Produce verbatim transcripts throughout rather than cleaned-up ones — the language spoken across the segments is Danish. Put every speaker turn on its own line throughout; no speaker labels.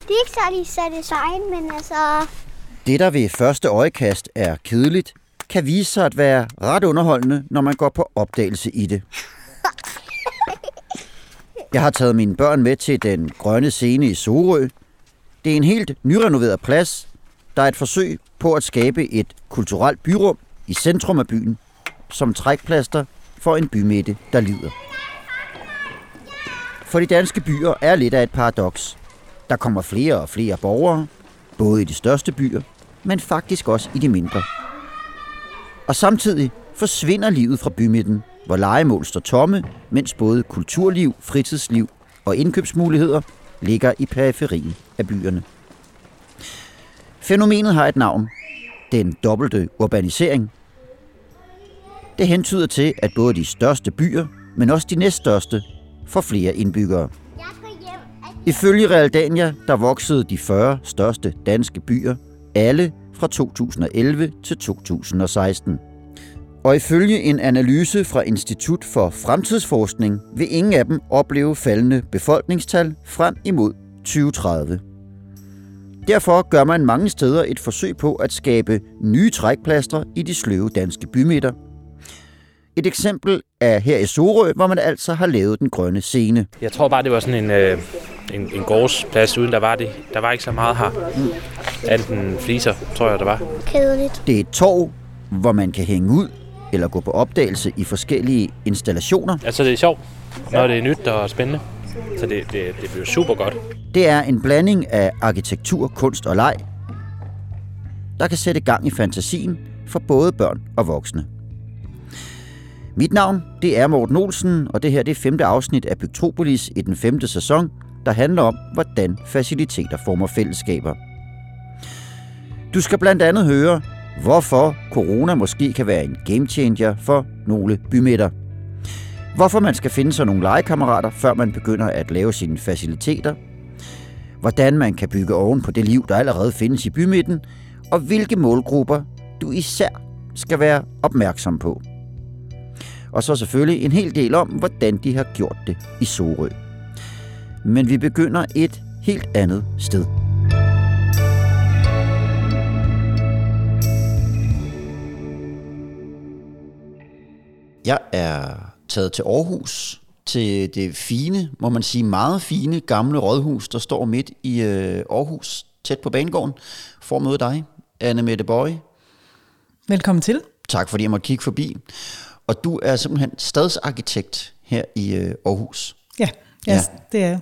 Det er ikke særlig så design, men altså...
Det, der ved første øjekast er kedeligt, kan vise sig at være ret underholdende, når man går på opdagelse i det. Jeg har taget mine børn med til den grønne scene i Sorø. Det er en helt nyrenoveret plads, der er et forsøg på at skabe et kulturelt byrum i centrum af byen, som trækplaster for en bymidte, der lider. For de danske byer er lidt af et paradoks. Der kommer flere og flere borgere, både i de største byer, men faktisk også i de mindre. Og samtidig forsvinder livet fra bymidten, hvor lejemål står tomme, mens både kulturliv, fritidsliv og indkøbsmuligheder ligger i periferien af byerne. Fænomenet har et navn. Den dobbelte urbanisering. Det hentyder til, at både de største byer, men også de næststørste, får flere indbyggere. Ifølge Realdania, der voksede de fyrre største danske byer, alle fra to tusind og elleve til to tusind og seksten. Og ifølge en analyse fra Institut for Fremtidsforskning vil ingen af dem opleve faldende befolkningstal frem imod tyve tredive. Derfor gør man mange steder et forsøg på at skabe nye trækplaster i de sløve danske bymidter. Et eksempel er her i Sorø, hvor man altså har lavet den grønne scene.
Jeg tror bare, det var sådan en, øh, en, en gårdsplads, uden der var det. Der var ikke så meget her. Mm. Enten fliser, tror jeg, der var.
Kedeligt.
Det er et torv, hvor man kan hænge ud eller gå på opdagelse i forskellige installationer.
Altså det er sjovt, når det er nyt og spændende. Så det, det, det bliver super godt.
Det er en blanding af arkitektur, kunst og leg, der kan sætte gang i fantasien for både børn og voksne. Mit navn, det er Morten Olsen, og det her det er femte afsnit af Bygtropolis i den femte sæson, der handler om, hvordan faciliteter former fællesskaber. Du skal blandt andet høre, hvorfor corona måske kan være en gamechanger for nogle bymidter. Hvorfor man skal finde sig nogle legekammerater, før man begynder at lave sine faciliteter. Hvordan man kan bygge oven på det liv, der allerede findes i bymidten. Og hvilke målgrupper du især skal være opmærksom på. Og så selvfølgelig en hel del om, hvordan de har gjort det i Sorø. Men vi begynder et helt andet sted. Jeg er taget til Aarhus, til det fine, må man sige meget fine, gamle rådhus, der står midt i øh, Aarhus, tæt på banegården, for at møde dig, Anne-Mette Boye.
Velkommen til.
Tak fordi jeg måtte kigge forbi. Og du er simpelthen stadsarkitekt her i øh, Aarhus.
Ja, ja, ja, det er jeg.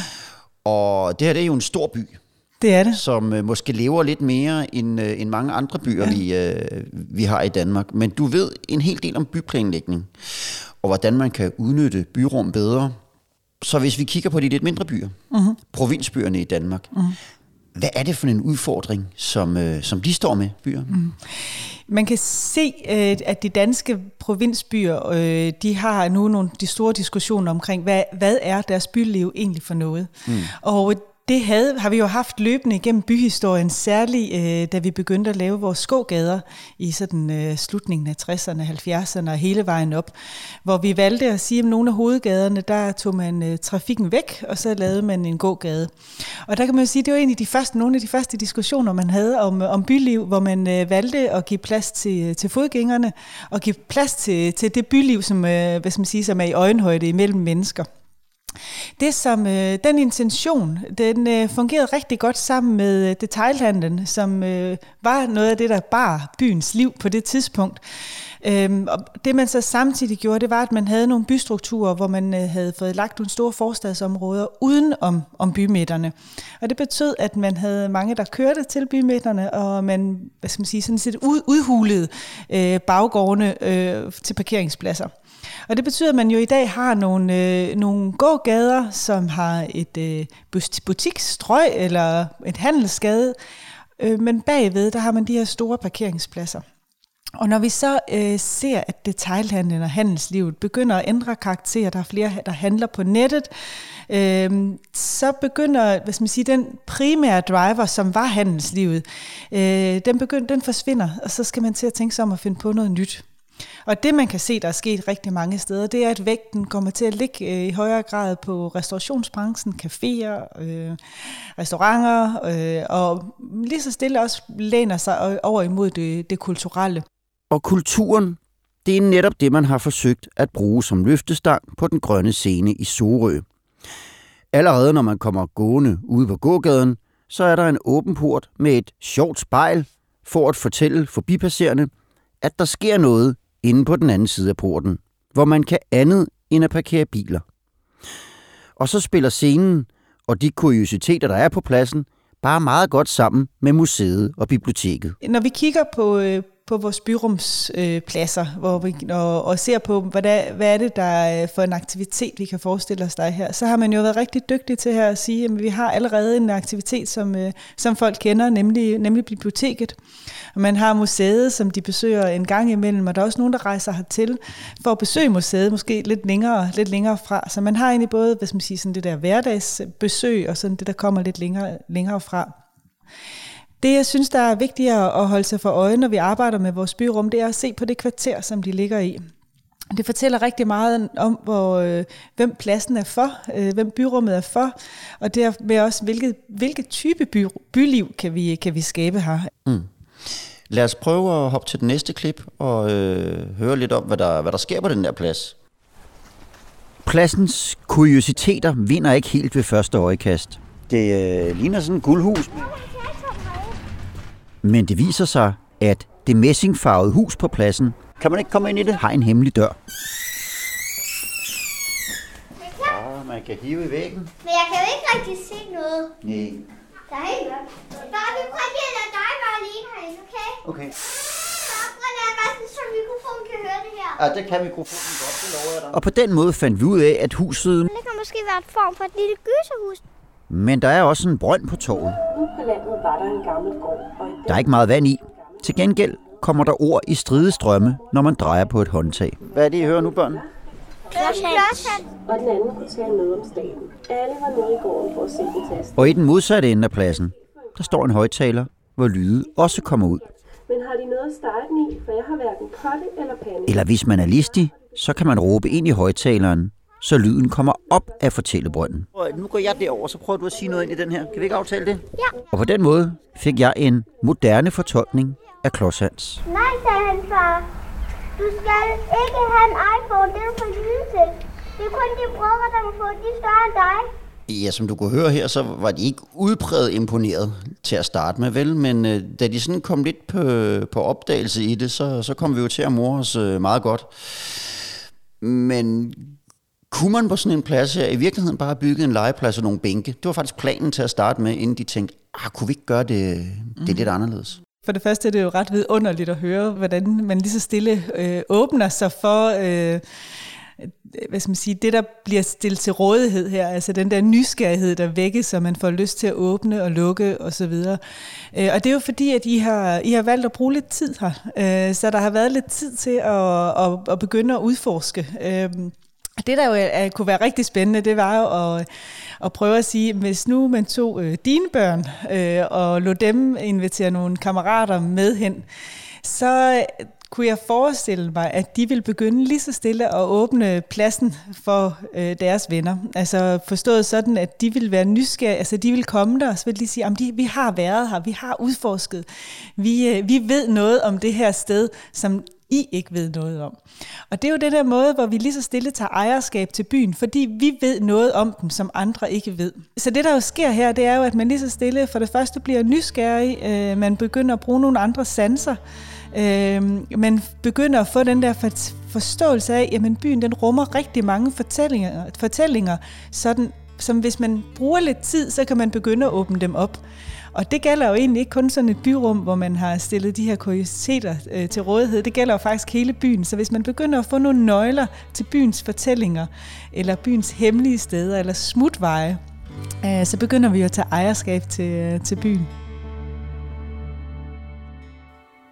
Og det her det er jo en stor by.
Det er det.
Som øh, måske lever lidt mere end, øh, end mange andre byer, ja. vi, øh, vi har i Danmark. Men du ved en hel del om byplanlægning, og hvordan man kan udnytte byrum bedre. Så hvis vi kigger på de lidt mindre byer, uh-huh. provinsbyerne i Danmark, uh-huh. hvad er det for en udfordring, som, øh, som de står med, byer? Uh-huh.
Man kan se, at de danske provinsbyer, øh, de har nu nogle de store diskussioner omkring, hvad, hvad er deres byliv egentlig for noget. Mm. Og det havde, har vi jo haft løbende igennem byhistorien, særligt øh, da vi begyndte at lave vores gågader i sådan, øh, slutningen af tresserne, halvfjerdserne og hele vejen op, hvor vi valgte at sige, at nogle af hovedgaderne, der tog man øh, trafikken væk, og så lavede man en gågade. Og der kan man jo sige, at det var egentlig de første, nogle af de første diskussioner, man havde om, om byliv, hvor man øh, valgte at give plads til, til fodgængerne, og give plads til, til det byliv, som, øh, hvad skal man sige, som er i øjenhøjde imellem mennesker. Det som, øh, den intention, den øh, fungerede rigtig godt sammen med øh, detailhandlen, som øh, var noget af det, der bar byens liv på det tidspunkt. Øhm, og det man så samtidig gjorde, det var, at man havde nogle bystrukturer, hvor man øh, havde fået lagt nogle store forstadsområder uden om, om bymidterne. Og det betød, at man havde mange, der kørte til bymidterne, og man, hvad skal man sige, sådan set ud, udhulede øh, baggårdene øh, til parkeringspladser. Og det betyder, at man jo i dag har nogle, øh, nogle gågader, som har et øh, butiksstrøg eller et handelsgade, øh, men bagved, der har man de her store parkeringspladser. Og når vi så øh, ser, at detailhandlen og handelslivet begynder at ændre karakter, der er flere, der handler på nettet, øh, så begynder, hvad skal man sige, den primære driver, som var handelslivet, øh, den, begynder, den forsvinder, og så skal man til at tænke sig om at finde på noget nyt. Og det, man kan se, der er sket rigtig mange steder, det er, at vægten kommer til at ligge øh, i højere grad på restaurationsbranchen, caféer, øh, restauranter, øh, og lige så stille også læner sig over imod det, det kulturelle.
Og kulturen, det er netop det, man har forsøgt at bruge som løftestang på den grønne scene i Sorø. Allerede når man kommer gående ude på gågaden, så er der en åben port med et sjovt spejl for at fortælle forbipasserende, at der sker noget inde på den anden side af porten, hvor man kan andet end at parkere biler. Og så spiller scenen og de kuriositeter, der er på pladsen, bare meget godt sammen med museet og biblioteket.
Når vi kigger på, på vores byrumspladser, øh, hvor vi, og, og ser på, hvad, der, hvad er det, der er for en aktivitet, vi kan forestille os der her, så har man jo været rigtig dygtig til her at sige, at vi har allerede en aktivitet, som, øh, som folk kender, nemlig, nemlig biblioteket. Og man har museet, som de besøger en gang imellem, og der er også nogen, der rejser hertil for at besøge museet, måske lidt længere, lidt længere fra. Så man har egentlig både, hvad skal man sige, sådan det der hverdagsbesøg, og sådan det, der kommer lidt længere, længere fra. Det, jeg synes, der er vigtigt at holde sig for øje, når vi arbejder med vores byrum, det er at se på det kvarter, som de ligger i. Det fortæller rigtig meget om, hvor, øh, hvem pladsen er for, øh, hvem byrummet er for, og dermed også, hvilket, hvilket type by, byliv kan vi, kan vi skabe her.
Mm. Lad os prøve at hoppe til den næste klip og øh, høre lidt om, hvad der, hvad der sker på den der plads. Pladsens kuriositeter vinder ikke helt ved første øjekast. Det øh, ligner sådan et guldhus. Men det viser sig, at det messingfarvede hus på pladsen, kan man ikke komme ind i det, har en hemmelig dør. Ja, man kan hive i væggen.
Men jeg kan jo ikke rigtig se noget.
Nej.
Der er helt godt. Bare vi prøver lige at lade dig være alene herinde, okay?
Okay.
Så prøver jeg bare sådan, så mikrofonen kan høre det her.
Ja, det kan mikrofonen godt, det lover jeg dig. Og på den måde fandt vi ud af, at huset...
Det kan måske være et form for et lille gyserhus.
Men der er også en brønd på torvet.
Ude på landet var der en gammel gård. Og
der er ikke meget vand i. Til gengæld kommer der ord i stridestrømme, når man drejer på et håndtag. Hvad er det, I hører nu, børn?
Klodshans.
Og den anden kunne tale noget om staten. Alle var nede i gården for at se den tast.
Og i den modsatte ende af pladsen, der står en højttaler, hvor lyde også kommer ud.
Men har de noget at starte den i, for jeg har hverken potte eller pande.
Eller hvis man er listig, så kan man råbe ind i højttaleren, så lyden kommer op af fortællebrønden. Nu går jeg derover, så prøver du at sige noget ind i den her. Kan vi ikke aftale det?
Ja.
Og på den måde fik jeg en moderne fortolkning af Klodshans.
Nej, sagde han, far. Du skal ikke have en iPhone, det er du for lille til. Det er kun de brødre, der må få, de er større end dig.
Ja, som du kunne høre her, så var de ikke udpræget imponeret til at starte med, vel? Men øh, da de sådan kom lidt på, på opdagelse i det, så, så kom vi jo til at more os øh, meget godt. Men kunne man på sådan en plads her i virkeligheden bare bygge en legeplads og nogle bænke? Det var faktisk planen til at starte med, inden de tænkte, ah, kunne vi ikke gøre det, det er lidt anderledes?
For det første er det jo ret vidunderligt at høre, hvordan man lige så stille øh, åbner sig for øh, hvad skal man sige, det, der bliver stillet til rådighed her, altså den der nysgerrighed, der vækkes, så man får lyst til at åbne og lukke osv. Øh, og det er jo fordi, at I har, I har valgt at bruge lidt tid her, øh, så der har været lidt tid til at, at, at begynde at udforske. Øh, Det, der jo er, kunne være rigtig spændende, det var jo at, at prøve at sige, hvis nu man tog øh, dine børn øh, og lod dem invitere nogle kammerater med hen, så kunne jeg forestille mig, at de ville begynde lige så stille at åbne pladsen for øh, deres venner. Altså forstået sådan, at de ville være nysgerrige, altså de ville komme der, og så ville de sige, at vi har været her, vi har udforsket, vi, øh, vi ved noget om det her sted, som I ikke ved noget om. Og det er jo den der måde, hvor vi lige så stille tager ejerskab til byen, fordi vi ved noget om den, som andre ikke ved. Så det, der jo sker her, det er jo, at man lige så stille for det første bliver nysgerrig, øh, man begynder at bruge nogle andre sanser, øh, man begynder at få den der forståelse af, at byen den rummer rigtig mange fortællinger, fortællinger sådan, som hvis man bruger lidt tid, så kan man begynde at åbne dem op. Og det gælder jo egentlig ikke kun sådan et byrum, hvor man har stillet de her kuriositeter øh, til rådighed. Det gælder jo faktisk hele byen. Så hvis man begynder at få nogle nøgler til byens fortællinger, eller byens hemmelige steder, eller smutveje, øh, så begynder vi jo at tage ejerskab til, øh, til byen.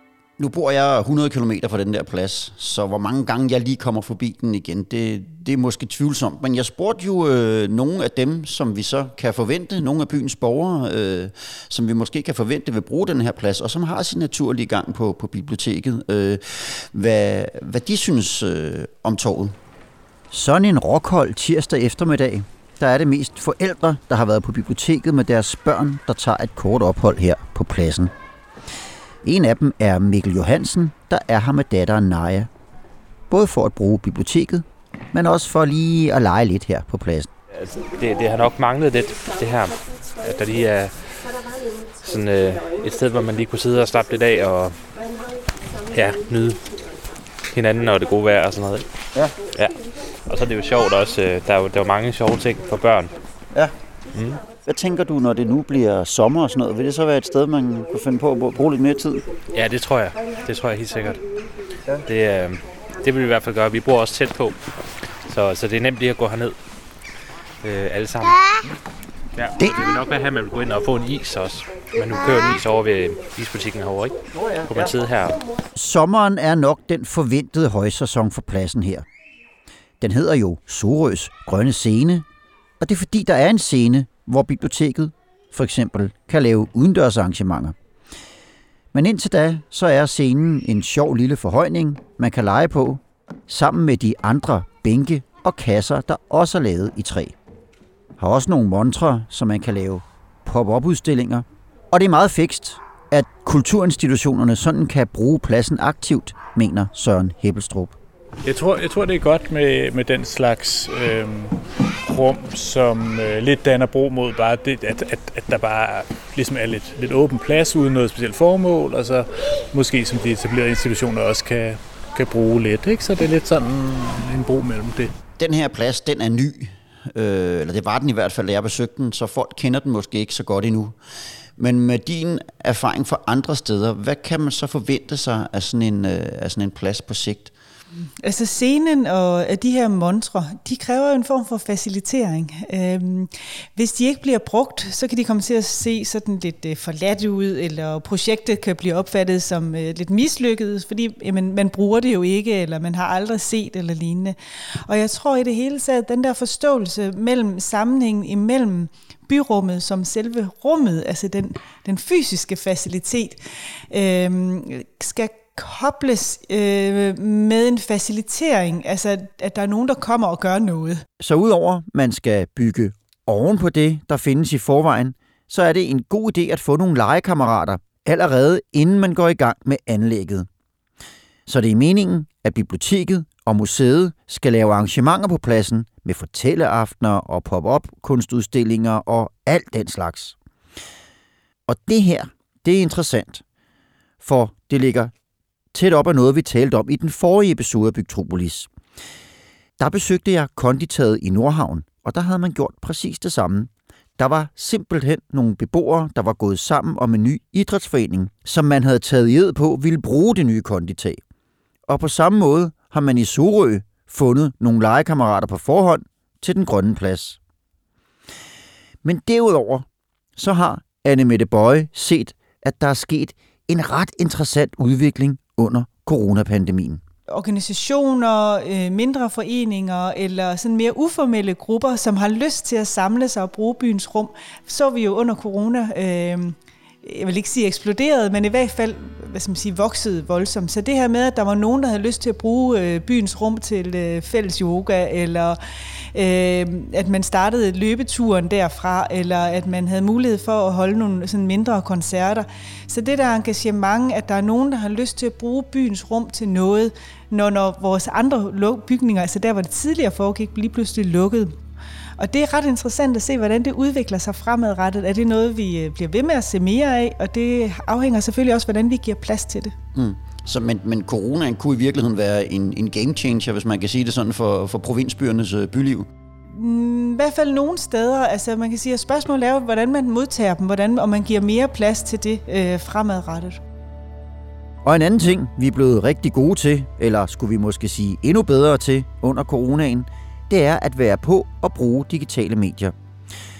Nu bor jeg hundrede kilometer fra den der plads, så hvor mange gange jeg lige kommer forbi den igen, det, det er måske tvivlsomt. Men jeg spurgte jo øh, nogle af dem, som vi så kan forvente, nogle af byens borgere, øh, som vi måske kan forvente vil bruge den her plads, og som har sin naturlige gang på, på biblioteket, øh, hvad, hvad de synes øh, om torvet. Sådan en rockhold tirsdag eftermiddag, der er det mest forældre, der har været på biblioteket med deres børn, der tager et kort ophold her på pladsen. En af dem er Mikkel Johansen, der er her med datteren Naja. Både for at bruge biblioteket, men også for lige at lege lidt her på pladsen.
Altså, det, det har nok manglet lidt, det her, at der lige er sådan, øh, et sted, hvor man lige kunne sidde og slappe lidt af og ja, nyde hinanden og det gode vejr og sådan noget.
Ja.
Ja. Og så er det jo sjovt også, øh, der er jo, der er jo mange sjove ting for børn.
Ja.
Mm.
Hvad tænker du, når det nu bliver sommer og sådan noget? Vil det så være et sted, man kan finde på at bruge lidt mere tid?
Ja, det tror jeg. Det tror jeg helt sikkert. Ja. Det, øh, det vil vi i hvert fald gøre. Vi bor også tæt på, så, så det er nemt lige at gå herned øh, alle sammen. Ja, det. det vil nok være her, man vil gå ind og få en is også. Man nu kører en is over ved isbutikken herovre, ikke? Kunne man sidde her.
Sommeren er nok den forventede højsæson for pladsen her. Den hedder jo Sorøs Grønne Scene, og det er fordi, der er en scene, hvor biblioteket for eksempel kan lave udendørsarrangementer. Men indtil da, så er scenen en sjov lille forhøjning, man kan lege på, sammen med de andre bænke og kasser, der også er lavet i træ. Har også nogle montrer, så man kan lave pop-up-udstillinger. Og det er meget fikst, at kulturinstitutionerne sådan kan bruge pladsen aktivt, mener Søren Hebbelstrup.
Jeg tror, jeg tror det er godt med, med den slags øh, rum, som øh, lidt danner bro mod bare det, at, at, at der bare ligesom er lidt, lidt åben plads uden noget specielt formål, og så måske som de etablerede institutioner også kan, kan bruge lidt, ikke? Så det er lidt sådan en bro mellem det.
Den her plads, den er ny, øh, eller det var den i hvert fald, da jeg besøgte den, så folk kender den måske ikke så godt endnu. Men med din erfaring fra andre steder, hvad kan man så forvente sig af sådan en, øh, af sådan en plads på sigt?
Altså scenen og de her monstre, de kræver jo en form for facilitering. Øhm, hvis de ikke bliver brugt, så kan de komme til at se sådan lidt øh, forladt ud, eller projektet kan blive opfattet som øh, lidt mislykket, fordi jamen, man bruger det jo ikke, eller man har aldrig set eller lignende. Og jeg tror i det hele taget, den der forståelse mellem sammenhængen imellem byrummet som selve rummet, altså den, den fysiske facilitet, øh, skal kobles øh, med en facilitering, altså at der er nogen, der kommer og gør noget.
Så udover man skal bygge oven på det, der findes i forvejen, så er det en god idé at få nogle legekammerater allerede inden man går i gang med anlægget. Så det er meningen, at biblioteket og museet skal lave arrangementer på pladsen med fortælleaftener og pop-up kunstudstillinger og alt den slags. Og det her, det er interessant, for det ligger tæt op af noget, vi talte om i den forrige episode af Bygtropolis. Der besøgte jeg konditaget i Nordhavn, og der havde man gjort præcis det samme. Der var simpelthen nogle beboere, der var gået sammen om en ny idrætsforening, som man havde taget i ed på ville bruge det nye konditag. Og på samme måde har man i Sorø fundet nogle legekammerater på forhånd til den grønne plads. Men derudover så har Anne-Mette Bøje set, at der er sket en ret interessant udvikling under coronapandemien.
Organisationer, mindre foreninger eller sådan mere uformelle grupper, som har lyst til at samle sig og bruge byens rum, så vi jo under corona, øh, jeg vil ikke sige eksploderet, men i hvert fald hvad skal man sige, voksede voldsomt. Så det her med, at der var nogen, der havde lyst til at bruge øh, byens rum til øh, fælles yoga, eller øh, at man startede løbeturen derfra, eller at man havde mulighed for at holde nogle sådan mindre koncerter. Så det der engagement, at der er nogen, der har lyst til at bruge byens rum til noget, når, når vores andre bygninger, altså der, hvor det tidligere foregik, lige pludselig lukkede. Og det er ret interessant at se, hvordan det udvikler sig fremadrettet. Er det noget, vi bliver ved med at se mere af? Og det afhænger selvfølgelig også, hvordan vi giver plads til det.
Mm. Så, men, men coronaen kunne i virkeligheden være en, en game changer, hvis man kan sige det sådan, for, for provinsbyernes øh, byliv?
Mm, I hvert fald nogle steder. Altså man kan sige, at spørgsmålet er, hvordan man modtager dem, hvordan, og man giver mere plads til det øh, fremadrettet.
Og en anden ting, vi er blevet rigtig gode til, eller skulle vi måske sige endnu bedre til under coronaen, det er at være på og bruge digitale medier.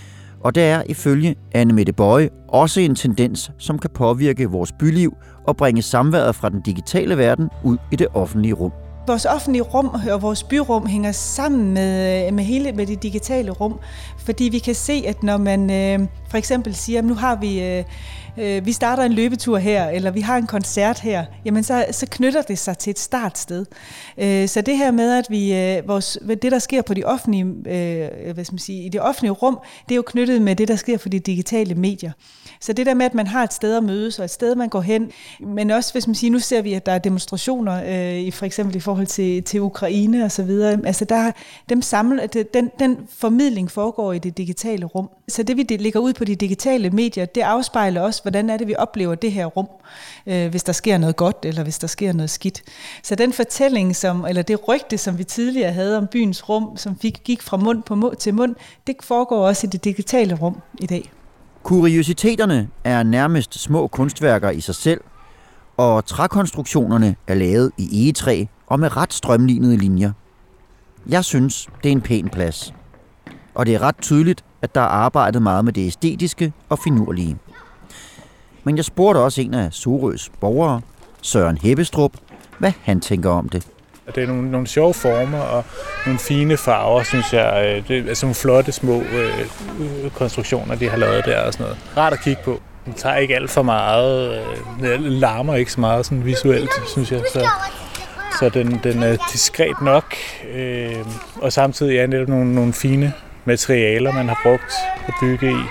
Og det er ifølge Anne Mette Boye også en tendens, som kan påvirke vores byliv og bringe samværet fra den digitale verden ud i det offentlige rum.
Vores offentlige rum og vores byrum hænger sammen med, med hele med det digitale rum, fordi vi kan se, at når man øh, for eksempel siger, at nu har vi, øh, øh, vi starter en løbetur her, eller vi har en koncert her, jamen så, så knytter det sig til et startsted. Øh, så det her med, at vi, øh, vores, det der sker på de offentlige, øh, hvad skal man sige, i det offentlige rum, det er jo knyttet med det, der sker på de digitale medier. Så det der med, at man har et sted at mødes, og et sted, man går hen, men også, hvis man siger, nu ser vi, at der er demonstrationer, øh, i, for eksempel i forhold til, til Ukraine og så videre. Altså, der, dem samler, den, den formidling foregår i det digitale rum. Så det, vi lægger ud på de digitale medier, det afspejler også, hvordan er det, vi oplever det her rum, øh, hvis der sker noget godt, eller hvis der sker noget skidt. Så den fortælling, som, eller det rygte, som vi tidligere havde om byens rum, som fik, gik fra mund på mund til mund, det foregår også i det digitale rum i dag.
Kuriositeterne er nærmest små kunstværker i sig selv, og trækonstruktionerne er lavet i egetræ og med ret strømlinede linjer. Jeg synes, det er en pæn plads. Og det er ret tydeligt, at der er arbejdet meget med det æstetiske og finurlige. Men jeg spurgte også en af Sorøs borgere, Søren Hebbestrup, hvad han tænker om det.
Det er nogle, nogle sjove former og nogle fine farver, synes jeg. Det er altså nogle flotte små øh, konstruktioner, de har lavet der og sådan noget. Rart at kigge på. Den tager ikke alt for meget, øh, larmer ikke så meget sådan visuelt, synes jeg. Så, så den, den er diskret nok, øh, og samtidig er det nogle, nogle fine materialer, man har brugt at bygge i.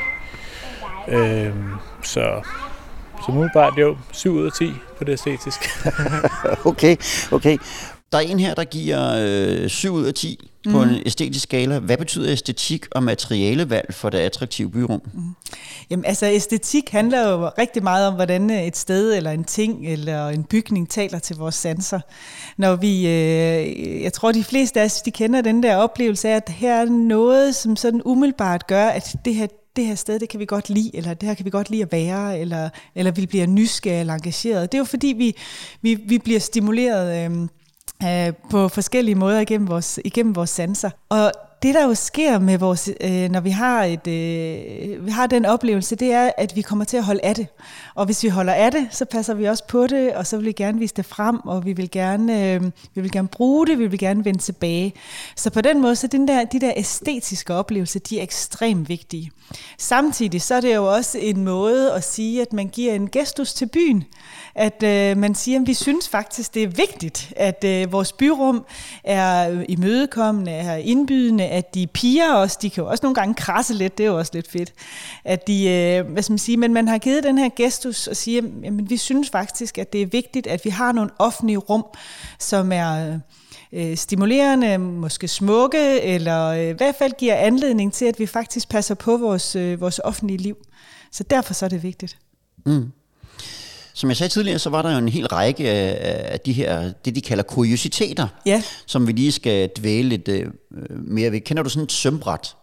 Øh, så, så umiddelbart jo syv ud af ti på det æstetiske.
okay, okay. Der er en her, der giver øh, syv ud af ti på mm. en æstetisk skala. Hvad betyder æstetik og materialevalg for det attraktive byrum? Mm.
Jamen altså, æstetik handler jo rigtig meget om, hvordan et sted eller en ting eller en bygning taler til vores sanser. Når vi, øh, jeg tror, de fleste af os, de kender den der oplevelse af, at her er noget, som sådan umiddelbart gør, at det her det her sted, det kan vi godt lide, eller det her kan vi godt lide at være, eller, eller vi bliver nysgerrige eller engageret. Det er jo fordi, vi, vi, vi bliver stimuleret øh, øh, på forskellige måder igennem vores, igennem vores sanser. Og det, der jo sker med vores, øh, når vi har, et, øh, vi har den oplevelse, det er, at vi kommer til at holde af det. Og hvis vi holder af det, så passer vi også på det, og så vil vi gerne vise det frem, og vi vil gerne, øh, vi vil gerne bruge det, vi vil gerne vende tilbage. Så på den måde, så den der, de der æstetiske oplevelser, de er ekstremt vigtige. Samtidig så er det jo også en måde at sige, at man giver en gestus til byen. At øh, man siger, at vi synes faktisk, det er vigtigt, at øh, vores byrum er imødekommende, er indbydende, at de piger også, de kan jo også nogle gange krasse lidt, det er jo også lidt fedt. At de, øh, hvad skal man sige, men man har givet den her gestus og siger, at vi synes faktisk, at det er vigtigt, at vi har nogle offentlige rum, som er øh, stimulerende, måske smukke, eller øh, i hvert fald giver anledning til, at vi faktisk passer på vores, øh, vores offentlige liv. Så derfor så er det vigtigt.
Mm. Som jeg sagde tidligere, så var der jo en hel række af de her, det de kalder kuriositeter,
ja.
som vi lige skal dvæle lidt øh, mere ved. Kender du sådan et sømbræt?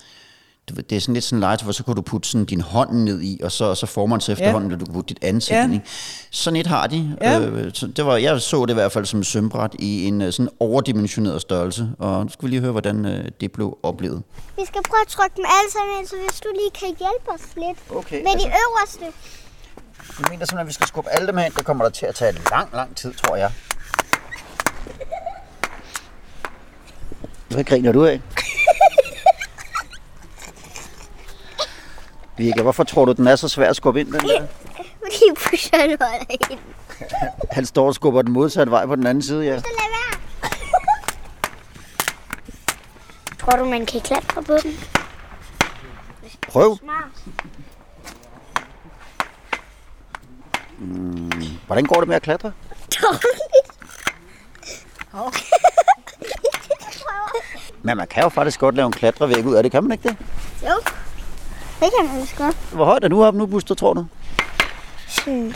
Det er sådan lidt sådan en legetøj, hvor så kan du putte sådan din hånd ned i, og så, og så får man så efterhånden, ja. at du kan putte dit ansigt ja. ind. Sådan et har de. Ja. Øh, så det var, jeg så det i hvert fald som et sømbræt i en sådan overdimensioneret størrelse, og nu skal vi lige høre, hvordan øh, det blev oplevet.
Vi skal prøve at trykke dem alle sammen, så hvis du lige kan hjælpe os lidt
okay,
med
altså,
de øverste.
Jeg mener simpelthen, at vi skal skubbe alle dem hen. Det kommer der til at tage lang, lang tid, tror jeg. Hvad griner du af? Virke, hvorfor tror du, den er så svær at skubbe ind, den der?
Fordi pusheren holder ind.
Han står og skubber den modsatte vej på den anden side, ja.
Så lad være. Tror du, man kan klatre på den?
Prøv. Hmm, hvordan går det med at klatre?
Dårligt.
Okay. Men man kan jo faktisk godt lave en klatrevæg ud af det, kan man ikke det?
Jo, det kan man også godt.
Hvor højt er du oppe nu, Buster, tror du?
Sådan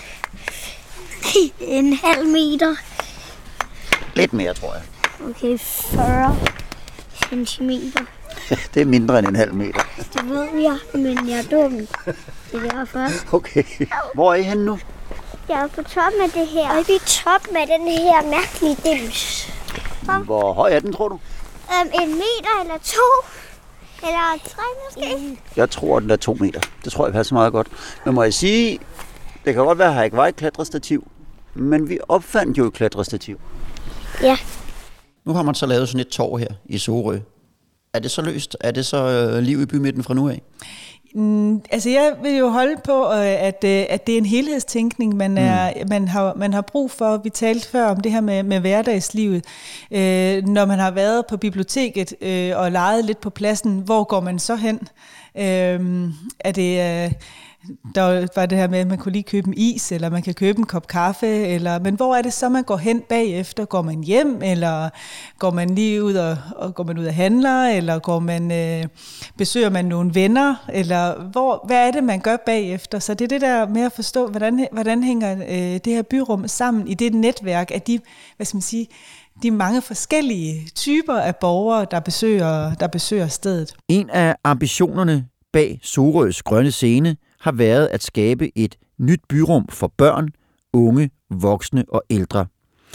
en halv meter.
Lidt mere, tror jeg.
Okay, fyrre centimeter.
Det er mindre end en halv meter.
Det ved jeg, men jeg er dum. Det er derfor.
Okay. Hvor er I henne nu?
Jeg er på toppen af det her. Og vi er toppen af den her mærkelige dims.
Hvor høj er den, tror du?
Um, en meter eller to. Eller tre måske?
Jeg tror, den er to meter. Det tror jeg passer meget godt. Men må jeg sige, det kan godt være, at her ikke var et klatrestativ, men vi opfandt jo et klatrestativ.
Ja.
Nu har man så lavet sådan et torv her i Sorø. Er det så løst? Er det så øh, liv i bymidten fra nu af?
Mm, altså jeg vil jo holde på, øh, at, øh, at det er en helhedstænkning, man, er, mm. man, har, man har brug for. Vi talte før om det her med, med hverdagslivet. Øh, når man har været på biblioteket øh, og leget lidt på pladsen, hvor går man så hen? Øh, er det... Øh, Der var det her med, at man kunne lige købe en is, eller man kan købe en kop kaffe, eller, men hvor er det så, man går hen bagefter? Går man hjem, eller går man lige ud og, og går man ud og handler, eller går man, øh, besøger man nogle venner, eller hvor, hvad er det, man gør bagefter? Så det er det der med at forstå, hvordan, hvordan hænger øh, det her byrum sammen i det netværk af de, hvad skal man sige, de mange forskellige typer af borgere, der besøger, der besøger stedet.
En af ambitionerne bag Sorøs Grønne Scene har været at skabe et nyt byrum for børn, unge, voksne og ældre.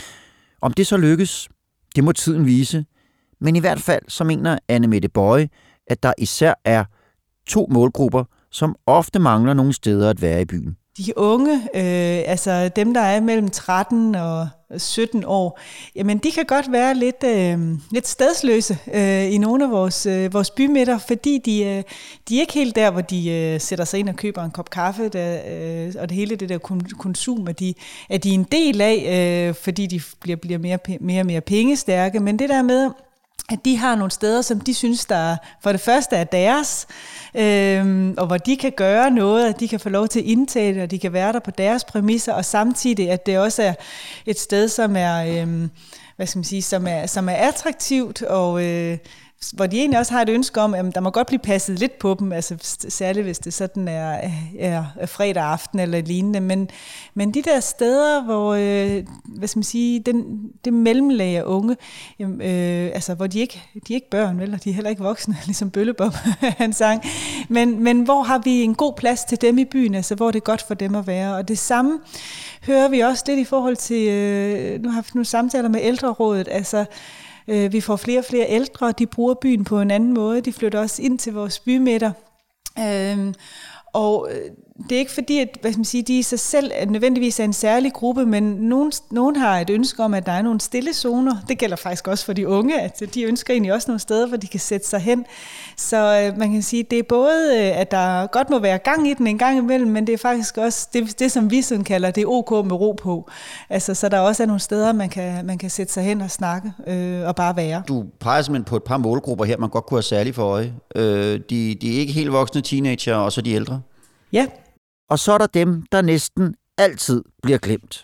Om det så lykkes, det må tiden vise, men i hvert fald så mener Anne-Mette Boye, at der især er to målgrupper, som ofte mangler nogle steder at være i byen.
De unge, øh, altså dem, der er mellem tretten og sytten år, jamen de kan godt være lidt, øh, lidt stedsløse øh, i nogle af vores, øh, vores bymidter, fordi de, øh, de er ikke helt der, hvor de øh, sætter sig ind og køber en kop kaffe, der, øh, og det hele det der konsum, er de, er de en del af, øh, fordi de bliver, bliver mere, mere og mere pengestærke, men det der med, at de har nogle steder, som de synes, der for det første er deres, øhm, og hvor de kan gøre noget, at de kan få lov til at indtage det, og de kan være der på deres præmisser, og samtidig, at det også er et sted, som er, øhm, hvad skal man sige, som er, som er attraktivt, og øh, hvor de egentlig også har et ønske om, at der må godt blive passet lidt på dem, altså særligt hvis det sådan er, er, er fredag aften eller lignende, men, men de der steder, hvor, øh, hvad skal man sige, den, det mellemlag af unge, øh, altså hvor de ikke, de er ikke børn, vel, og de er heller ikke voksne, ligesom Bøllebob, han sang, men, men hvor har vi en god plads til dem i byen, altså hvor det er godt for dem at være, og det samme hører vi også lidt i forhold til, øh, nu har vi nogle samtaler med ældrerådet, altså vi får flere og flere ældre, de bruger byen på en anden måde. De flytter også ind til vores bymidter. Øhm, og det er ikke fordi, at hvad skal man sige, de i sig selv nødvendigvis er en særlig gruppe, men nogen, nogen har et ønske om, at der er nogle stille zoner. Det gælder faktisk også for de unge, at de ønsker egentlig også nogle steder, hvor de kan sætte sig hen. Så man kan sige, det er både, at der godt må være gang i den en gang imellem, men det er faktisk også det, det som vi sådan kalder, det er ok med ro på. Altså, så der også er nogle steder, man kan, man kan sætte sig hen og snakke øh, og bare være.
Du peger simpelthen på et par målgrupper her, man godt kunne have særligt for øje. Øh, de, de er ikke helt voksne teenager, og så de ældre.
Ja.
Og så er der dem, der næsten altid bliver glemt.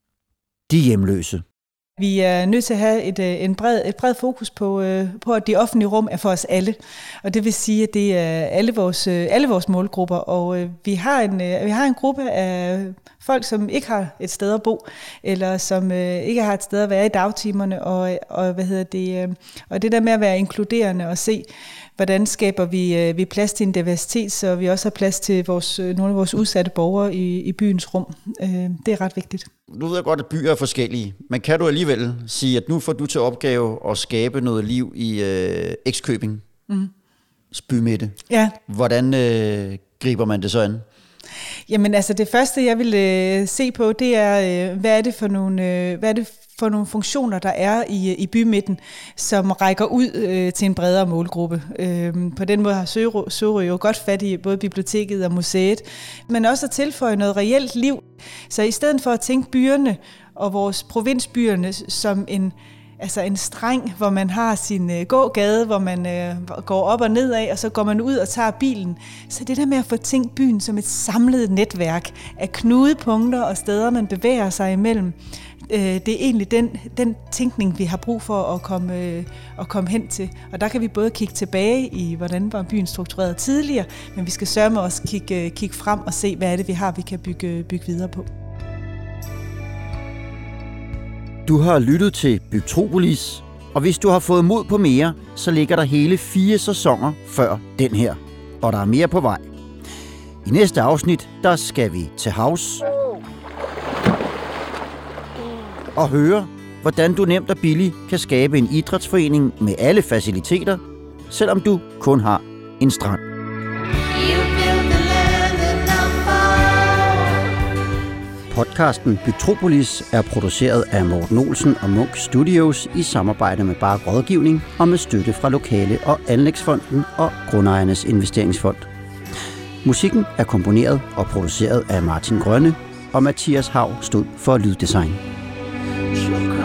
De hjemløse.
Vi er nødt til at have et, en bred, et bred fokus på, på, at de offentlige rum er for os alle. Og det vil sige, at det er alle vores, alle vores målgrupper. Og vi har, en, vi har en gruppe af folk, som ikke har et sted at bo, eller som ikke har et sted at være i dagtimerne. Og, og, hvad hedder det, og det der med at være inkluderende og se, hvordan skaber vi, vi plads til en diversitet, så vi også har plads til vores, nogle af vores udsatte borgere i, i byens rum. Det er ret vigtigt.
Nu ved jeg godt, at byer er forskellige, men kan du alligevel sige, at nu får du til opgave at skabe noget liv i øh, Ekskøbing, mm. bymidte.
Ja.
Hvordan øh, griber man det så an?
Jamen altså det første, jeg vil øh, se på, det er, øh, hvad er det for nogle, øh, hvad er det for nogle funktioner, der er i, i bymidten, som rækker ud øh, til en bredere målgruppe. Øh, på den måde har Sorø jo godt fat i både biblioteket og museet, men også at tilføje noget reelt liv. Så i stedet for at tænke byerne og vores provinsbyerne som en Altså en streng, hvor man har sin øh, gågade, hvor man øh, går op og ned af, og så går man ud og tager bilen. Så det der med at få tænkt byen som et samlet netværk af knudepunkter og steder, man bevæger sig imellem, øh, det er egentlig den, den tænkning, vi har brug for at komme, øh, at komme hen til. Og der kan vi både kigge tilbage i, hvordan var byen struktureret tidligere, men vi skal sørge med også at kigge, øh, kigge frem og se, hvad er det, vi har, vi kan bygge, bygge videre på.
Du har lyttet til Bygtropolis, og hvis du har fået mod på mere, så ligger der hele fire sæsoner før den her, og der er mere på vej. I næste afsnit, der skal vi til havs og høre, hvordan du nemt og billigt kan skabe en idrætsforening med alle faciliteter, selvom du kun har en strand. Podcasten Bytropolis er produceret af Morten Olsen og Munk Studios i samarbejde med Bark Rådgivning og med støtte fra Lokale- og Anlægsfonden og Grundejernes Investeringsfond. Musikken er komponeret og produceret af Martin Grønne, og Mathias Hav stod for lyddesign.